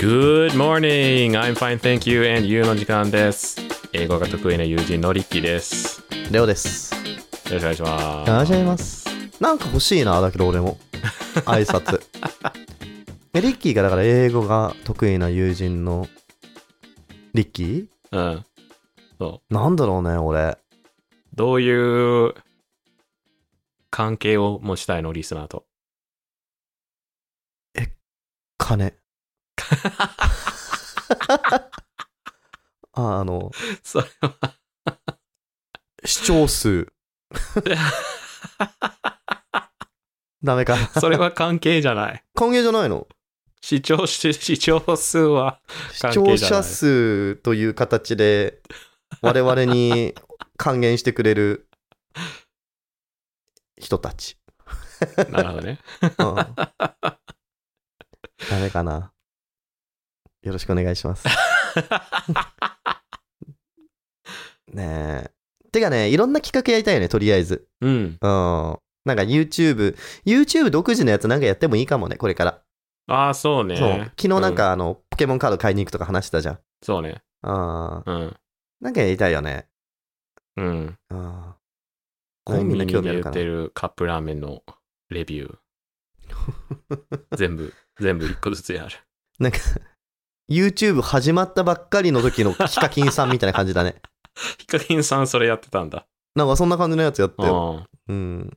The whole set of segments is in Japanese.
Good morning! I'm fine, thank you. And you の時間です。英語が得意な友人のリッキーです。 レオです。 よろしくお願いします。 お願いします。なんか欲しいな、だけど俺も。挨拶。リッキーがだから英語が得意な友人のリッキー？ うん。そう。 なんだろうね、俺。 どういう関係を持ちたいの、リスナーと。 金。 それは視聴数。ダメか。 それは関係じゃない。 関係じゃないの？ 視聴数は関係じゃない。視聴者数という形で我々に還元してくれる人たち。 なるほどね。 うん、ダメかな。よろしくお願いします。ねえ。てかね、いろんな企画やりたいよね、とりあえず。 うん。 なんか YouTube 独自のやつなんかやってもいいかもね、これから。 ああ、そうね。 そう。昨日なんか、ポケモンカード買いに行くとか話したじゃん。 そうね。うん。 なんかやりたいよね。 うん。 これみんな興味ある言かな。 ってるカップラーメンのレビュー。全部一個ずつやる。 なんか、YouTube 始まったばっかりの時のヒカキンさんみたいな感じだね。 ヒカキンさんそれやってたんだ。 なんかそんな感じのやつやったよ。 うん。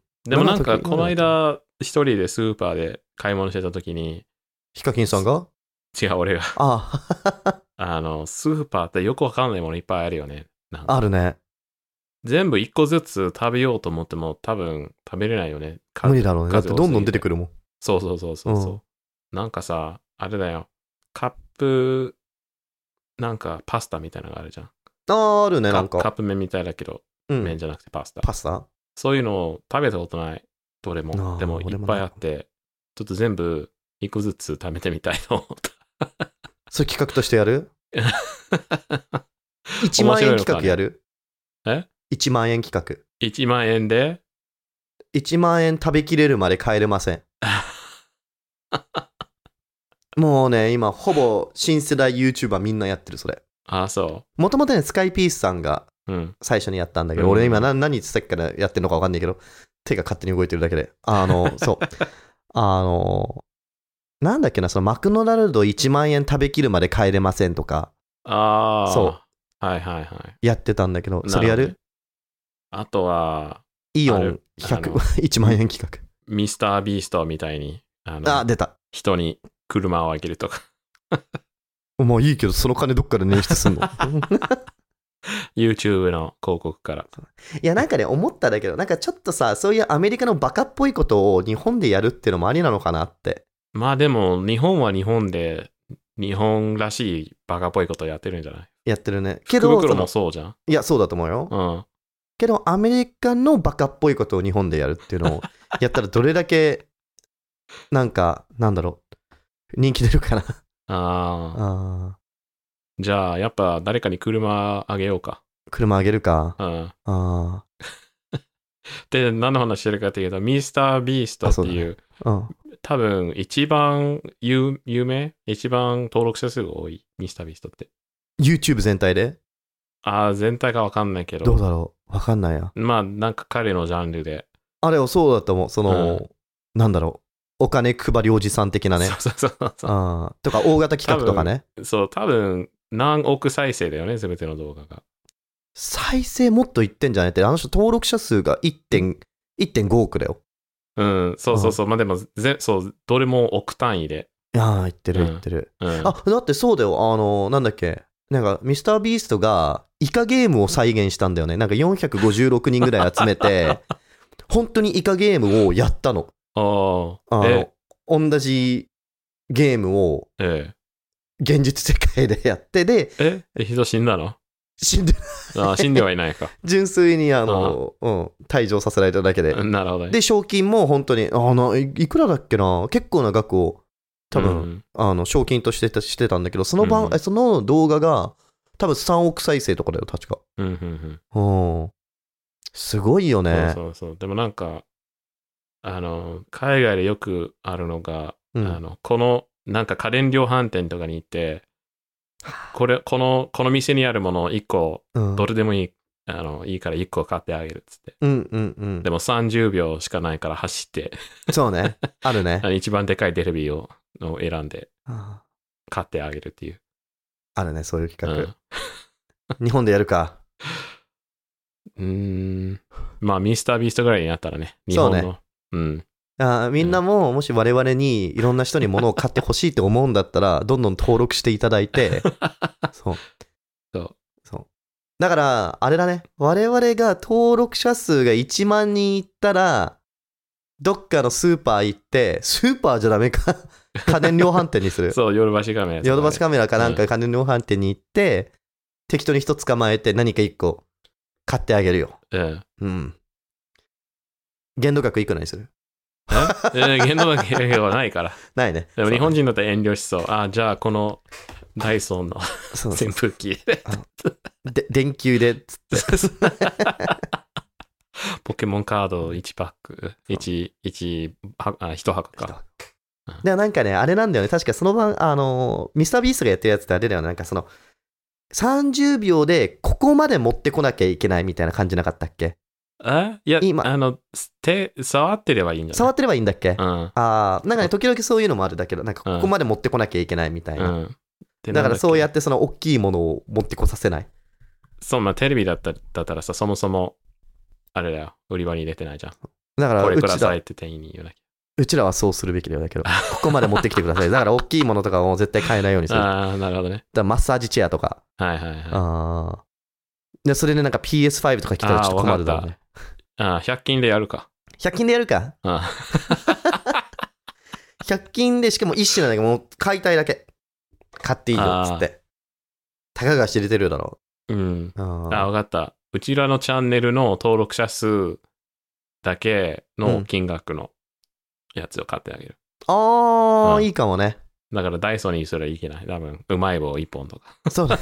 でもなんかこの間一人でスーパーで買い物してた時にヒカキンさんが？ 違う、俺がスーパーってよくわかんないものいっぱいあるよね。 あるね。 全部一個ずつ食べようと思っても多分食べれないよね。 無理だろうね。だってどんどん出てくるもん。 そう、なんかさ、あれだよ。カップなんかパスタみたいなのがあるじゃん。 あるね、なんか。 カップ麺みたいだけど、麺じゃなくてパスタ。 パスタ？ そういうのを食べたことない。どれも。でもいっぱいあって、ちょっと全部一個ずつ食べてみたいと思った。 そういう企画としてやる？1万円企画やる？1万円企画。 1万円で ?1 万円食べきれるまで帰れません。もうね、今ほぼ新世代 YouTuber みんなやってる、それ。 ああ、そう。 もともとね、スカイピースさんが最初にやったんだけど、俺今何さっきからやってるのか分かんないけど、手が勝手に動いてるだけで。そう。なんだっけな、そのマクドナルド1万円食べきるまで帰れませんとか。 ああ。 そう。 はい。 やってたんだけど、それやる？ あとは、 イオン1万円企画。 ミスタービーストみたいに、 出た。 人に車をあげるとか。 もういいけど、その金どっから捻出すんの？ YouTube の広告から。 いや、なんかね、思ったんだけど、なんかちょっとさ、そういうアメリカのバカっぽいことを日本でやるっていうのもありなのかなって。 まあでも、日本は日本で、日本らしいバカっぽいことをやってるんじゃない？ やってるね。 けど、福袋もそうじゃん。 いや、そうだと思うよ。 うん。 けど、アメリカのバカっぽいことを日本でやるっていうのをやったらどれだけ、なんか、なんだろう、人気出るかな。 じゃあ、やっぱ誰かに車あげようか。 車あげるか。 で、何の話してるかというと、ミスタービーストっていう、多分一番有名？一番登録者数が多い、ミスタービーストって。 YouTube 全体で？ 全体かわかんないけど。 どうだろう、わかんないや。 まあ、なんか彼のジャンルで。 あれはそうだと思う。なんだろう。お金配りおじさん的なね。 そう。とか、大型企画とかね。 そう、多分、何億再生だよね、すべての動画が。 再生もっといってんじゃないって、あの人登録者数が 1.5 億だよ。 そう。まあでも、そう、どれも億単位で。 言ってる。だってそうだよ。なんだっけ。なんか、ミスタービーストがイカゲームを再現したんだよね。なんか456人ぐらい集めて、本当にイカゲームをやったの。同じゲームを現実世界でやってで、 人死んだの？ 死んではいないか。 純粋に退場させられただけで。 なるほどね。 で、賞金も本当にいくらだっけな、結構な額を多分、賞金としてたんだけど、その動画が多分3億再生とかだよ、確か。すごいよね。 そう。でもなんか、海外でよくあるのが、このなんか家電量販店とかに行って、この店にあるものを1個、どれでもいい、いいから1個買ってあげるっつって。でも30秒しかないから走って。 そうね。あるね。 一番でかいテレビを選んで、買ってあげるっていう。 あるね、そういう企画。日本でやるか。 まあ、ミスタービーストぐらいになったらね、日本の。そうね。 みんなも、もし我々にいろんな人に物を買ってほしいって思うんだったら、どんどん登録していただいて、そう。だから、あれだね。我々が登録者数が1万人いったら、どっかのスーパー行って、スーパーじゃダメか家電量販店にする。 そう、ヨドバシカメラ。 ヨドバシカメラかなんか家電量販店に行って、適当に一つ捕まえて何か一個買ってあげるよ。限度額いくらにする？ 限度額はないから。 ないね。 でも日本人だったら遠慮しそう。じゃあこのダイソンの扇風機で電球でつってポケモンカード1パック1箱か。 でもなんかね、あれなんだよね。確かその晩ミスタービーストがやってるやつってあれだよね。なんかその30秒でここまで持ってこなきゃいけないみたいな感じなかったっけ？ いや、今触ってればいいんじゃない？ 触ってればいいんだっけ？なんかね、時々そういうのもあるだけど、なんかここまで持ってこなきゃいけないみたいな。だからそうやってその大きいものを持ってこさせない。 そう、まあテレビだったらさ、そもそも、あれだよ、売り場に入れてないじゃん。 だからこれくださいって店員に言うなきゃ。 うちらはそうするべきだよだけど、ここまで持ってきてください。だから大きいものとかを絶対買えないようにする。 なるほどね。 だからマッサージチェアとか。で、それでなんか PS5 とか来たらちょっと困るだろうね。 100均でやるか。 100均でやるか。100均でしかも一種なんだけど、もう買いたいだけ。買っていいよっつって。たかが知れてるだろう。わかった。うちらのチャンネルの登録者数だけの金額のやつを買ってあげる。 いいかもね。 だからダイソーにすらいけない。多分、うまい棒1本とか。 そうだ。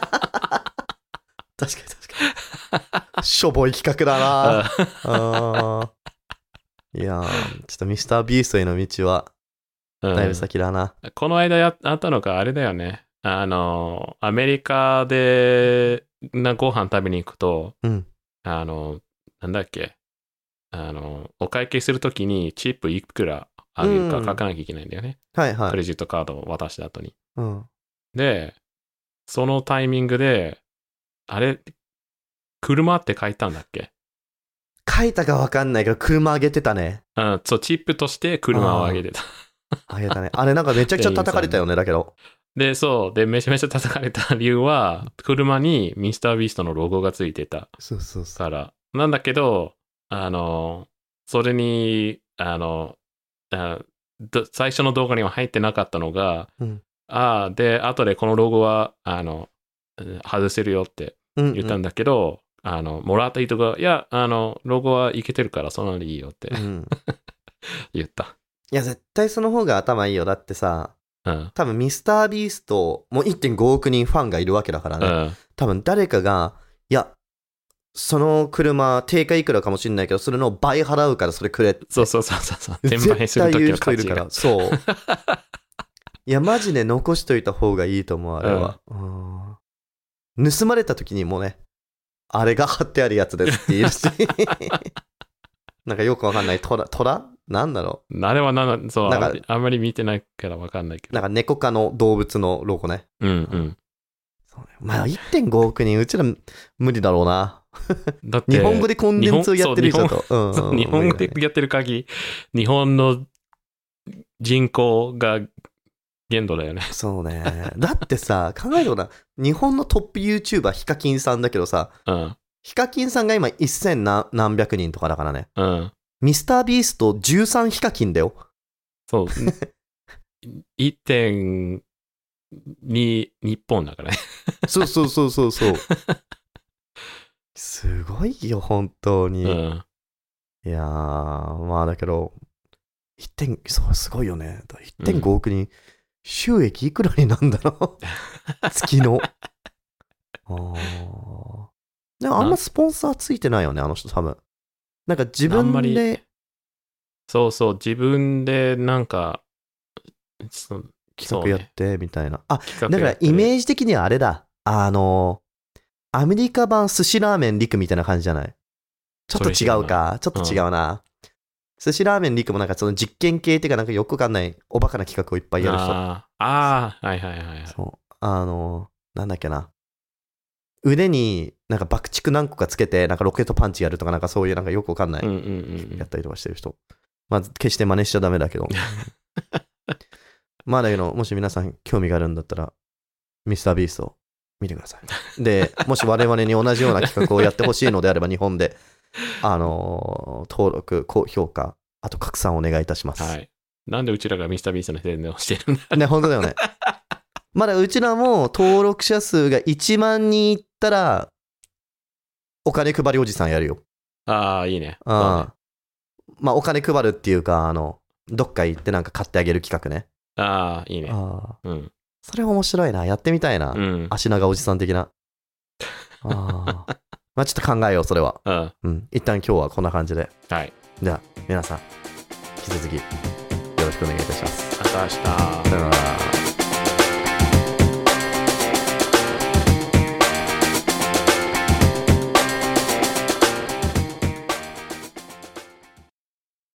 確かに。しょぼい企画だな。いやー、ちょっとミスタービーストへの道は、だいぶ先だな。 この間あったのか、あれだよね。アメリカでご飯食べに行くと、なんだっけ、お会計するときにチップいくらあげるか書かなきゃいけないんだよね。クレジットカードを渡した後に。で、そのタイミングで、あれ、車って書いたんだっけ？ 書いたか分かんないけど、車あげてたね。 そう、チップとして車をあげてた。 あげたね。あれなんかめちゃくちゃ叩かれたよね、だけど。 で、そう。で、めちゃめちゃ叩かれた理由は、車にミスタービーストのロゴがついてたから。なんだけど、それに、最初の動画には入ってなかったのが、で、後でこのロゴは、外せるよって言ったんだけど、もらった人が、いや、ロゴはいけてるからそのままでいいよって、言った。 いや、絶対その方が頭いいよ。だってさ、多分ミスタービーストもう 1.5 億人ファンがいるわけだからね。多分誰かが、いや、その車定価いくらかもしれないけど、それの倍払うからそれくれって。 そう。転売するときの価値が。 そう。いや、マジで残しといた方がいいと思う、あれは。盗まれた時にもね、あれが貼ってあるやつですって言うし。なんかよくわかんない。虎なんだろう。あれはそう、あんまり見てないからわかんないけど。 なんか猫科の動物のロゴね。まあ 1.5 億人、うちら無理だろうな。だって日本語でコンテンツをやってる人と。 日本語でやってる限り、日本の人口が限度だよね。 そうね。だってさ、考えたことない。日本のトップ YouTuber ヒカキンさんだけどさ、ヒカキンさんが今1000何百人とかだからね。ミスタービースト13ヒカキンだよ。 そう。1.2 日本だからね。 そう。すごいよ、本当に。いやー、まあだけど、そう、すごいよね。1.5 億人、収益いくらになんだろう。月の。でもあんまスポンサーついてないよね、あの人多分。なんか自分で。 そう、自分でなんか、 企画やってみたいな。あ、だからイメージ的にはあれだ。アメリカ版寿司ラーメンリクみたいな感じじゃない？ちょっと違うか。ちょっと違うな。寿司ラーメンリクもなんかその実験系っていうかなんかよくわかんないおバカな企画をいっぱいやる人。 はいはいはい。 そう。なんだっけな。腕になんか爆竹何個かつけてなんかロケットパンチやるとかなんかそういうなんかよくわかんないやったりとかしてる人。まあ決して真似しちゃダメだけど。まあだけどもし皆さん興味があるんだったらミスタービーストを見てください。で、もし我々に同じような企画をやってほしいのであれば日本で登録、高評価、あと拡散をお願いいたします。 はい。なんでうちらがミスタービーストの宣伝をしてるんだね、本当だよね。まだうちらも登録者数が1万人いったら、お金配りおじさんやるよ。 ああ、いいね。 まあ、お金配るっていうか、どっか行ってなんか買ってあげる企画ね。 ああ、いいね。 それ面白いな。やってみたいな。足長おじさん的な。まあ、ちょっと考えよう、それは。一旦今日はこんな感じで。 はい。 じゃあ、皆さん、引き続きよろしくお願いいたします。 また明日。 さよなら。